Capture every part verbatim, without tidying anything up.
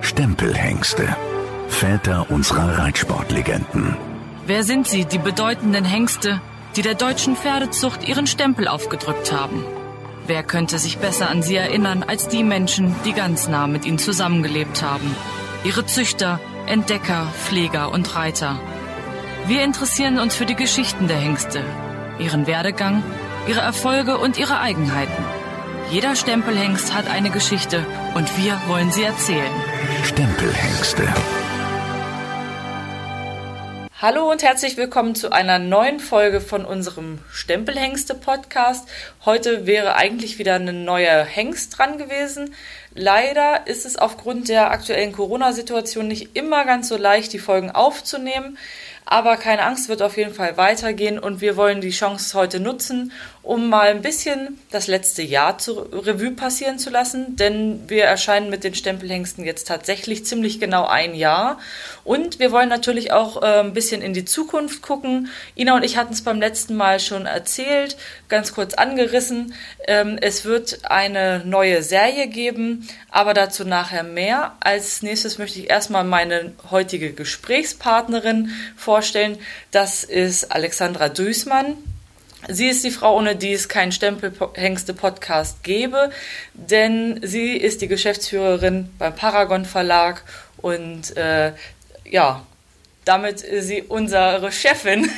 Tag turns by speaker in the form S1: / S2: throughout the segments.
S1: Stempelhengste. Väter unserer Reitsportlegenden.
S2: Wer sind sie, die bedeutenden Hengste, die der deutschen Pferdezucht ihren Stempel aufgedrückt haben? Wer könnte sich besser an sie erinnern als die Menschen, die ganz nah mit ihnen zusammengelebt haben? Ihre Züchter, Entdecker, Pfleger und Reiter. Wir interessieren uns für die Geschichten der Hengste, ihren Werdegang, ihre Erfolge und ihre Eigenheiten. Jeder Stempelhengst hat eine Geschichte und wir wollen sie erzählen.
S1: Stempelhengste.
S3: Hallo und herzlich willkommen zu einer neuen Folge von unserem Stempelhengste-Podcast. Heute wäre eigentlich wieder ein neuer Hengst dran gewesen. Leider ist es aufgrund der aktuellen Corona-Situation nicht immer ganz so leicht, die Folgen aufzunehmen. Aber keine Angst, wird auf jeden Fall weitergehen und wir wollen die Chance heute nutzen, um mal ein bisschen das letzte Jahr zur Revue passieren zu lassen, denn wir erscheinen mit den Stempelhengsten jetzt tatsächlich ziemlich genau ein Jahr und wir wollen natürlich auch äh, ein bisschen in die Zukunft gucken. Ina und ich hatten es beim letzten Mal schon erzählt, ganz kurz angerissen. Ähm, es wird eine neue Serie geben, aber dazu nachher mehr. Als nächstes möchte ich erstmal meine heutige Gesprächspartnerin vorstellen. Das ist Alexandra Duismann. Sie ist die Frau, ohne die es keinen Stempelhengste-Podcast gäbe, denn sie ist die Geschäftsführerin beim Paragon Verlag und äh, ja, damit ist sie unsere Chefin.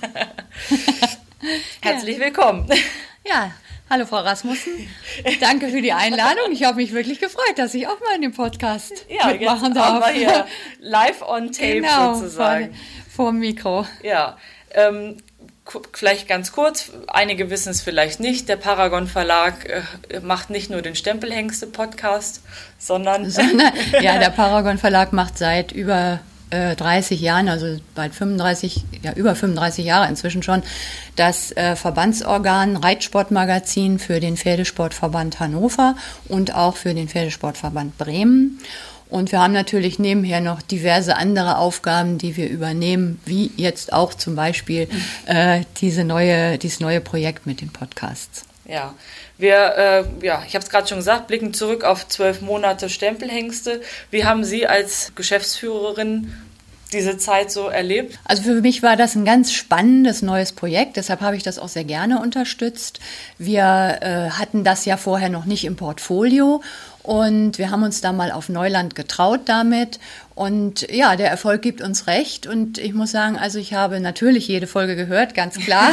S3: Herzlich willkommen.
S4: Ja, hallo Frau Rasmussen. Danke für die Einladung. Ich habe mich wirklich gefreut, dass ich auch mal in dem Podcast
S3: ja,
S4: mitmachen
S3: jetzt
S4: darf.
S3: Ja, jetzt hier live on tape
S4: genau,
S3: sozusagen.
S4: Vor, vor dem Mikro.
S3: Ja, ähm, vielleicht ganz kurz, einige wissen es vielleicht nicht, der Paragon Verlag äh, macht nicht nur den Stempelhengste-Podcast, sondern...
S4: sondern ja, der Paragon Verlag macht seit über äh, dreißig Jahren, also bald fünfunddreißig, ja über fünfunddreißig Jahre inzwischen schon, das äh, Verbandsorgan Reitsportmagazin für den Pferdesportverband Hannover und auch für den Pferdesportverband Bremen. Und wir haben natürlich nebenher noch diverse andere Aufgaben, die wir übernehmen, wie jetzt auch zum Beispiel äh, diese neue, dieses neue Projekt mit den Podcasts.
S3: Ja, wir, äh, ja, ich habe es gerade schon gesagt, blicken zurück auf zwölf Monate Stempelhengste. Wie haben Sie als Geschäftsführerin diese Zeit so erlebt?
S4: Also für mich war das ein ganz spannendes neues Projekt, deshalb habe ich das auch sehr gerne unterstützt. Wir äh, hatten das ja vorher noch nicht im Portfolio. Und wir haben uns da mal auf Neuland getraut damit. Und ja, der Erfolg gibt uns recht. Und ich muss sagen, also ich habe natürlich jede Folge gehört, ganz klar.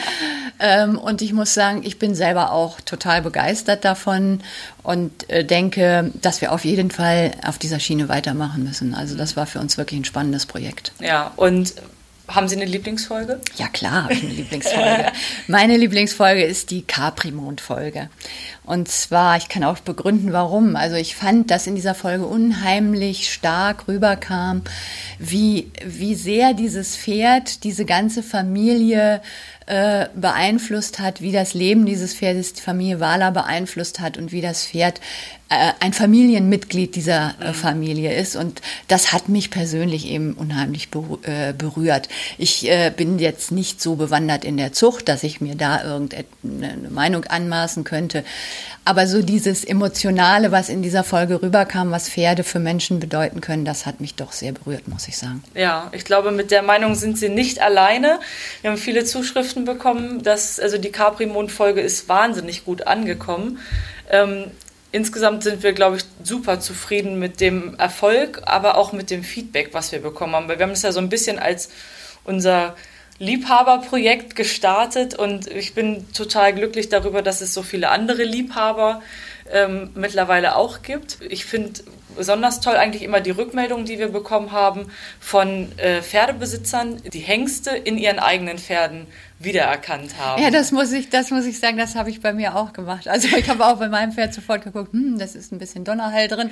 S4: ähm, und ich muss sagen, ich bin selber auch total begeistert davon und äh, denke, dass wir auf jeden Fall auf dieser Schiene weitermachen müssen. Also das war für uns wirklich ein spannendes Projekt.
S3: Ja, und haben Sie eine Lieblingsfolge?
S4: Ja, klar habe ich eine Lieblingsfolge. Meine Lieblingsfolge ist die Capri-Mond-Folge. Und zwar, ich kann auch begründen, warum. Also ich fand, dass in dieser Folge unheimlich stark rüberkam, wie, wie sehr dieses Pferd diese ganze Familie äh, beeinflusst hat, wie das Leben dieses Pferdes die Familie Wahler beeinflusst hat und wie das Pferd äh, ein Familienmitglied dieser äh, Familie ist. Und das hat mich persönlich eben unheimlich berü- äh, berührt. Ich äh, bin jetzt nicht so bewandert in der Zucht, dass ich mir da irgendeine Meinung anmaßen könnte. Aber so dieses Emotionale, was in dieser Folge rüberkam, was Pferde für Menschen bedeuten können, das hat mich doch sehr berührt, muss ich sagen.
S3: Ja, ich glaube, mit der Meinung sind Sie nicht alleine. Wir haben viele Zuschriften bekommen, dass also die Capri-Mond-Folge ist wahnsinnig gut angekommen. Ähm, insgesamt sind wir, glaube ich, super zufrieden mit dem Erfolg, aber auch mit dem Feedback, was wir bekommen haben. Weil wir haben es ja so ein bisschen als unser Liebhaberprojekt gestartet und ich bin total glücklich darüber, dass es so viele andere Liebhaber ähm, mittlerweile auch gibt. Ich finde besonders toll eigentlich immer die Rückmeldungen, die wir bekommen haben von äh, Pferdebesitzern, die Hengste in ihren eigenen Pferden wiedererkannt haben.
S4: Ja, das muss ich, das muss ich sagen, das habe ich bei mir auch gemacht. Also ich habe auch bei meinem Pferd sofort geguckt, hm, das ist ein bisschen Donnerhall drin.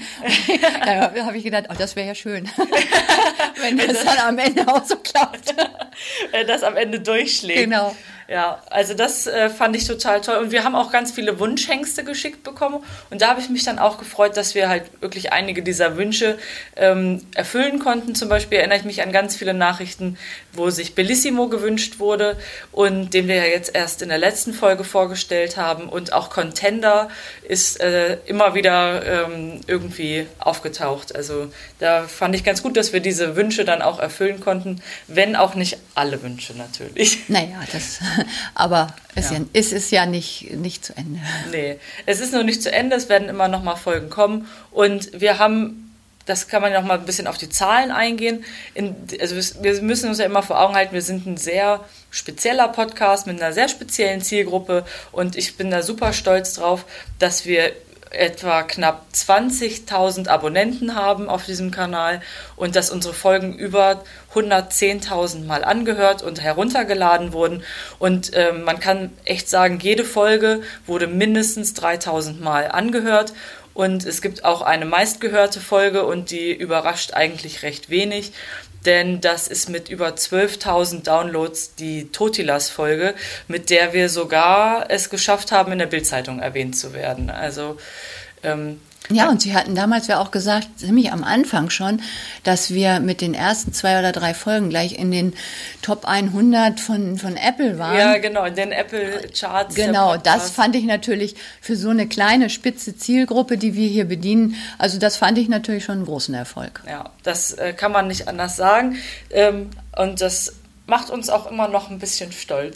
S4: Da habe ich gedacht, oh, das wäre ja schön, wenn das dann am Ende auch so klappt.
S3: Das am Ende durchschlägt.
S4: Genau.
S3: Ja, also das äh, fand ich total toll. Und wir haben auch ganz viele Wunschhengste geschickt bekommen. Und da habe ich mich dann auch gefreut, dass wir halt wirklich einige dieser Wünsche ähm, erfüllen konnten. Zum Beispiel erinnere ich mich an ganz viele Nachrichten, wo sich Bellissimo gewünscht wurde und den wir ja jetzt erst in der letzten Folge vorgestellt haben. Und auch Contender ist äh, immer wieder ähm, irgendwie aufgetaucht. Also da fand ich ganz gut, dass wir diese Wünsche dann auch erfüllen konnten, wenn auch nicht alle Wünsche natürlich.
S4: Naja, das, aber es, ja. Ja, es ist ja nicht, nicht zu Ende.
S3: Nee, es ist noch nicht zu Ende, es werden immer noch mal Folgen kommen und wir haben, das kann man noch mal ein bisschen auf die Zahlen eingehen, in, also wir müssen uns ja immer vor Augen halten, wir sind ein sehr spezieller Podcast mit einer sehr speziellen Zielgruppe und ich bin da super stolz drauf, dass wir etwa knapp zwanzigtausend Abonnenten haben auf diesem Kanal und dass unsere Folgen über hundertzehntausend Mal angehört und heruntergeladen wurden. Und äh, man kann echt sagen, jede Folge wurde mindestens dreitausend Mal angehört. Und es gibt auch eine meistgehörte Folge und die überrascht eigentlich recht wenig. Denn das ist mit über zwölftausend Downloads die Totilas-Folge, mit der wir sogar es geschafft haben, in der Bild-Zeitung erwähnt zu werden. Also ähm,
S4: ja, und Sie hatten damals ja auch gesagt, ziemlich am Anfang schon, dass wir mit den ersten zwei oder drei Folgen gleich in den Top hundert von, von Apple waren.
S3: Ja, genau, in den Apple-Charts.
S4: Genau, das fand ich natürlich für so eine kleine, spitze Zielgruppe, die wir hier bedienen, also das fand ich natürlich schon einen großen Erfolg.
S3: Ja, das äh, kann man nicht anders sagen. Ähm, und das macht uns auch immer noch ein bisschen stolz.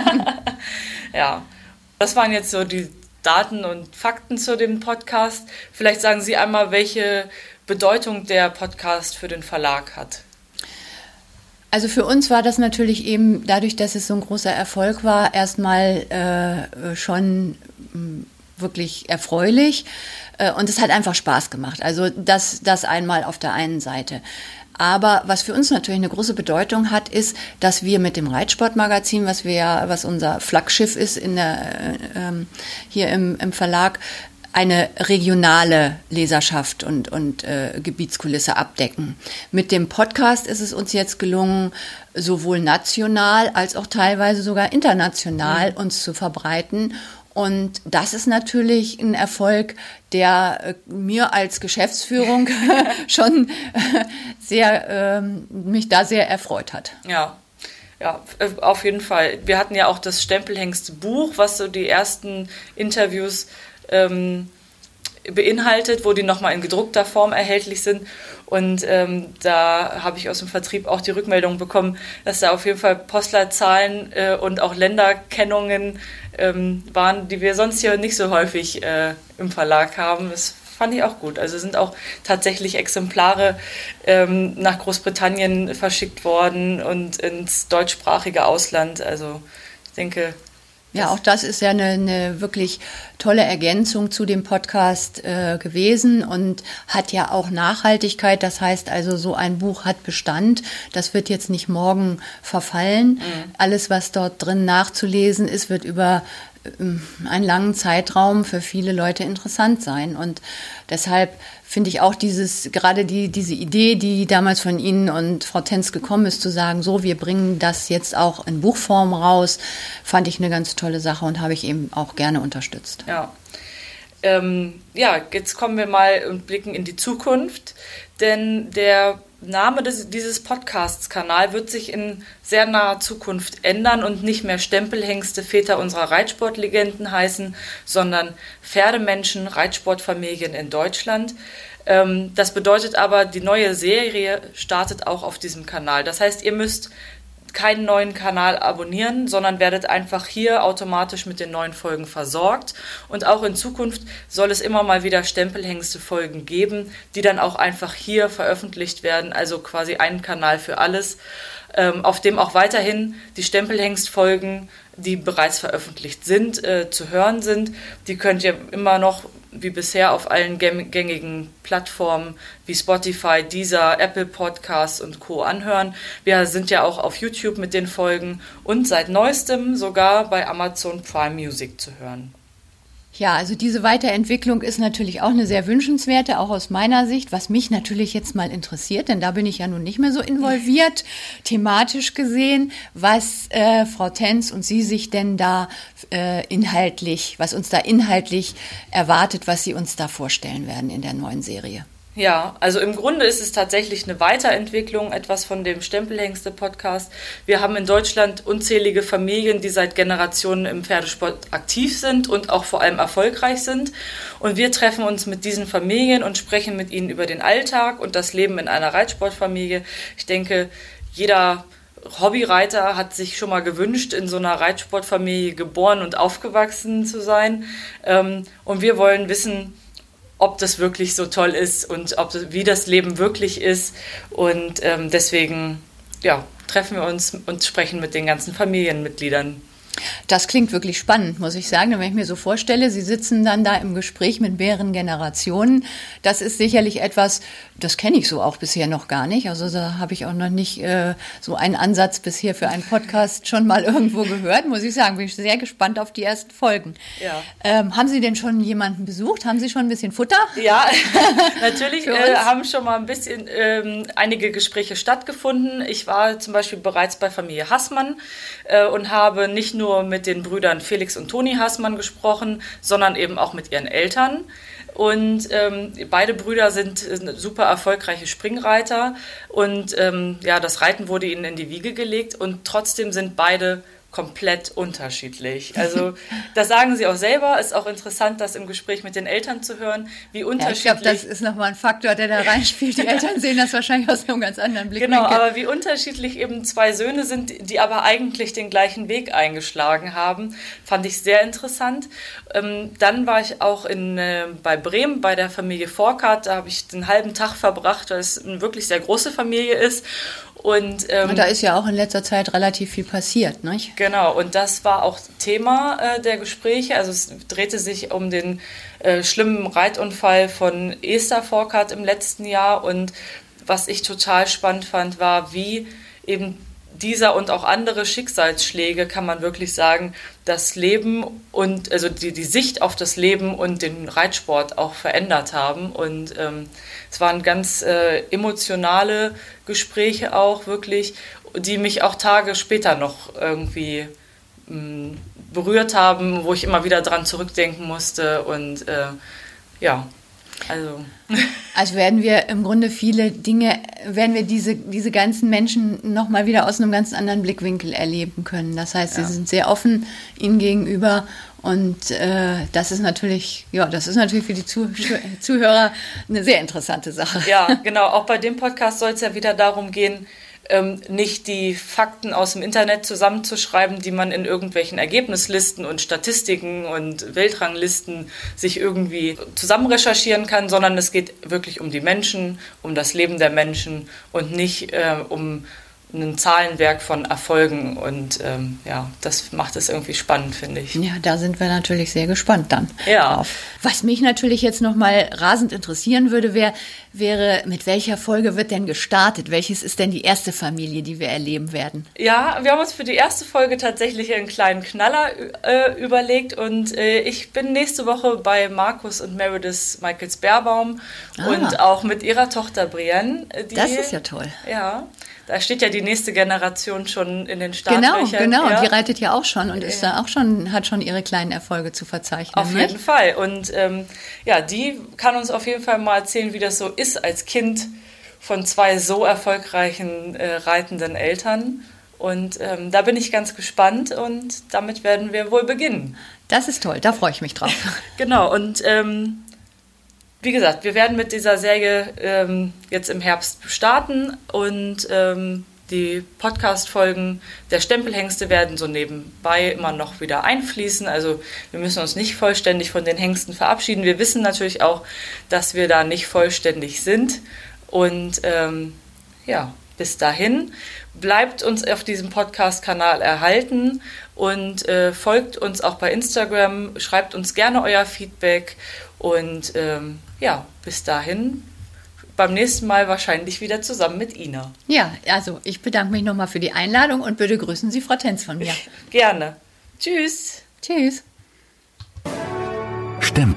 S3: Ja, das waren jetzt so die Daten und Fakten zu dem Podcast. Vielleicht sagen Sie einmal, welche Bedeutung der Podcast für den Verlag hat.
S4: Also für uns war das natürlich eben, dadurch, dass es so ein großer Erfolg war, erstmal äh, schon mh, wirklich erfreulich. Äh, und es hat einfach Spaß gemacht. Also das, das einmal auf der einen Seite. Aber was für uns natürlich eine große Bedeutung hat, ist, dass wir mit dem Reitsportmagazin, was wir ja, was unser Flaggschiff ist in der, äh, hier im, im Verlag, eine regionale Leserschaft und, und äh, Gebietskulisse abdecken. Mit dem Podcast ist es uns jetzt gelungen, sowohl national als auch teilweise sogar international mhm. uns zu verbreiten. Und das ist natürlich ein Erfolg, der äh, mir als Geschäftsführung schon äh, sehr, äh, mich da sehr erfreut hat.
S3: Ja, ja, auf jeden Fall. Wir hatten ja auch das Stempelhengste-Buch, was so die ersten Interviews ähm, beinhaltet, wo die nochmal in gedruckter Form erhältlich sind. Und ähm, da habe ich aus dem Vertrieb auch die Rückmeldung bekommen, dass da auf jeden Fall Postleitzahlen äh, und auch Länderkennungen ähm, waren, die wir sonst hier nicht so häufig äh, im Verlag haben. Das fand ich auch gut. Also sind auch tatsächlich Exemplare ähm, nach Großbritannien verschickt worden und ins deutschsprachige Ausland. Also ich denke...
S4: Ja, auch das ist ja eine, eine wirklich tolle Ergänzung zu dem Podcast äh, gewesen und hat ja auch Nachhaltigkeit. Das heißt also, so ein Buch hat Bestand. Das wird jetzt nicht morgen verfallen. Mhm. Alles, was dort drin nachzulesen ist, wird über einen langen Zeitraum für viele Leute interessant sein. Und deshalb finde ich auch dieses, gerade die, diese Idee, die damals von Ihnen und Frau Tenz gekommen ist, zu sagen, so, wir bringen das jetzt auch in Buchform raus, fand ich eine ganz tolle Sache und habe ich eben auch gerne unterstützt.
S3: Ja. Ähm, ja, jetzt kommen wir mal und blicken in die Zukunft, denn der Name des, dieses Podcasts-Kanal wird sich in sehr naher Zukunft ändern und nicht mehr Stempelhengste Väter unserer Reitsportlegenden heißen, sondern Pferdemenschen, Reitsportfamilien in Deutschland. Ähm, das bedeutet aber, die neue Serie startet auch auf diesem Kanal. Das heißt, ihr müsst keinen neuen Kanal abonnieren, sondern werdet einfach hier automatisch mit den neuen Folgen versorgt. Und auch in Zukunft soll es immer mal wieder Stempelhengste-Folgen geben, die dann auch einfach hier veröffentlicht werden, also quasi ein Kanal für alles, ähm, auf dem auch weiterhin die Stempelhengst-Folgen, die bereits veröffentlicht sind, äh, zu hören sind. Die könnt ihr immer noch wie bisher auf allen gängigen Plattformen wie Spotify, Deezer, Apple Podcasts und Co. anhören. Wir sind ja auch auf YouTube mit den Folgen und seit neuestem sogar bei Amazon Prime Music zu hören.
S4: Ja, also diese Weiterentwicklung ist natürlich auch eine sehr wünschenswerte, auch aus meiner Sicht, was mich natürlich jetzt mal interessiert, denn da bin ich ja nun nicht mehr so involviert, thematisch gesehen, was äh, Frau Tenz und Sie sich denn da äh, inhaltlich, was uns da inhaltlich erwartet, was Sie uns da vorstellen werden in der neuen Serie.
S3: Ja, also im Grunde ist es tatsächlich eine Weiterentwicklung, etwas von dem Stempelhengste-Podcast. Wir haben in Deutschland unzählige Familien, die seit Generationen im Pferdesport aktiv sind und auch vor allem erfolgreich sind. Und wir treffen uns mit diesen Familien und sprechen mit ihnen über den Alltag und das Leben in einer Reitsportfamilie. Ich denke, jeder Hobbyreiter hat sich schon mal gewünscht, in so einer Reitsportfamilie geboren und aufgewachsen zu sein. Und wir wollen wissen, ob das wirklich so toll ist und ob das, wie das Leben wirklich ist. Und ähm, deswegen ja, treffen wir uns und sprechen mit den ganzen Familienmitgliedern.
S4: Das klingt wirklich spannend, muss ich sagen. Wenn ich mir so vorstelle, Sie sitzen dann da im Gespräch mit mehreren Generationen. Das ist sicherlich etwas, das kenne ich so auch bisher noch gar nicht. Also da habe ich auch noch nicht äh, so einen Ansatz bisher für einen Podcast schon mal irgendwo gehört, muss ich sagen. Bin ich sehr gespannt auf die ersten Folgen. Ja. Ähm, haben Sie denn schon jemanden besucht? Haben Sie schon ein bisschen Futter?
S3: Ja, natürlich äh, haben schon mal ein bisschen ähm, einige Gespräche stattgefunden. Ich war zum Beispiel bereits bei Familie Haßmann äh, und habe nicht nur nur mit den Brüdern Felix und Toni Haßmann gesprochen, sondern eben auch mit ihren Eltern. Und ähm, beide Brüder sind super erfolgreiche Springreiter und ähm, ja, das Reiten wurde ihnen in die Wiege gelegt und trotzdem sind beide komplett unterschiedlich. Also das sagen sie auch selber. Ist auch interessant, das im Gespräch mit den Eltern zu hören, wie unterschiedlich...
S4: Ja, ich glaube, das ist nochmal ein Faktor, der da reinspielt. Die Eltern sehen das wahrscheinlich aus einem ganz anderen Blickwinkel.
S3: Genau, aber wie unterschiedlich eben zwei Söhne sind, die aber eigentlich den gleichen Weg eingeschlagen haben, fand ich sehr interessant. Ähm, dann war ich auch in, äh, bei Bremen bei der Familie Forkart. Da habe ich den halben Tag verbracht, weil es eine wirklich sehr große Familie ist. Und, ähm,
S4: und da ist ja auch in letzter Zeit relativ viel passiert, nicht?
S3: Genau, und das war auch Thema äh, der Gespräche. Also es drehte sich um den äh, schlimmen Reitunfall von Esther Forkart im letzten Jahr. Und was ich total spannend fand, war, wie eben dieser und auch andere Schicksalsschläge, kann man wirklich sagen, das Leben und also die, die Sicht auf das Leben und den Reitsport auch verändert haben. Und ähm, es waren ganz äh, emotionale Gespräche auch wirklich, die mich auch Tage später noch irgendwie mh, berührt haben, wo ich immer wieder dran zurückdenken musste. Und äh, ja, also...
S4: Also werden wir im Grunde viele Dinge, werden wir diese, diese ganzen Menschen nochmal wieder aus einem ganz anderen Blickwinkel erleben können. Das heißt, ja. Sie sind sehr offen ihnen gegenüber und äh, das ist natürlich, ja, das ist natürlich für die Zuh- Zuhörer eine sehr interessante Sache.
S3: Ja, genau. Auch bei dem Podcast soll es ja wieder darum gehen, Ähm, nicht die Fakten aus dem Internet zusammenzuschreiben, die man in irgendwelchen Ergebnislisten und Statistiken und Weltranglisten sich irgendwie zusammen recherchieren kann, sondern es geht wirklich um die Menschen, um das Leben der Menschen und nicht äh, um ein Zahlenwerk von Erfolgen und ähm, ja, das macht es irgendwie spannend, finde ich.
S4: Ja, da sind wir natürlich sehr gespannt dann
S3: ja.
S4: drauf. Was mich natürlich jetzt nochmal rasend interessieren würde, wär, wäre, mit welcher Folge wird denn gestartet? Welches ist denn die erste Familie, die wir erleben werden?
S3: Ja, wir haben uns für die erste Folge tatsächlich einen kleinen Knaller äh, überlegt und äh, ich bin nächste Woche bei Markus und Meredith Michaels-Beerbaum ah. und auch mit ihrer Tochter Brienne. Die,
S4: das ist ja toll.
S3: Ja. Da steht ja die nächste Generation schon in den Startlöchern.
S4: Genau, genau.
S3: Ja.
S4: Die reitet ja auch schon und ist da auch schon, hat schon ihre kleinen Erfolge zu verzeichnen.
S3: Auf jeden Fall. Und ähm, ja, die kann uns auf jeden Fall mal erzählen, wie das so ist als Kind von zwei so erfolgreichen äh, reitenden Eltern. Und ähm, da bin ich ganz gespannt und damit werden wir wohl beginnen.
S4: Das ist toll, da freue ich mich drauf.
S3: Genau, und ähm, wie gesagt, wir werden mit dieser Serie ähm, jetzt im Herbst starten und ähm, die Podcast-Folgen der Stempelhengste werden so nebenbei immer noch wieder einfließen. Also wir müssen uns nicht vollständig von den Hengsten verabschieden. Wir wissen natürlich auch, dass wir da nicht vollständig sind. Und ähm, ja, bis dahin bleibt uns auf diesem Podcast-Kanal erhalten und äh, folgt uns auch bei Instagram. Schreibt uns gerne euer Feedback und ähm, ja, bis dahin beim nächsten Mal wahrscheinlich wieder zusammen mit Ina.
S4: Ja, also ich bedanke mich nochmal für die Einladung und bitte grüßen Sie Frau Tenz von mir.
S3: Gerne. Tschüss.
S4: Tschüss.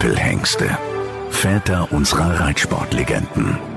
S1: Stempelhengste. Väter unserer Reitsportlegenden.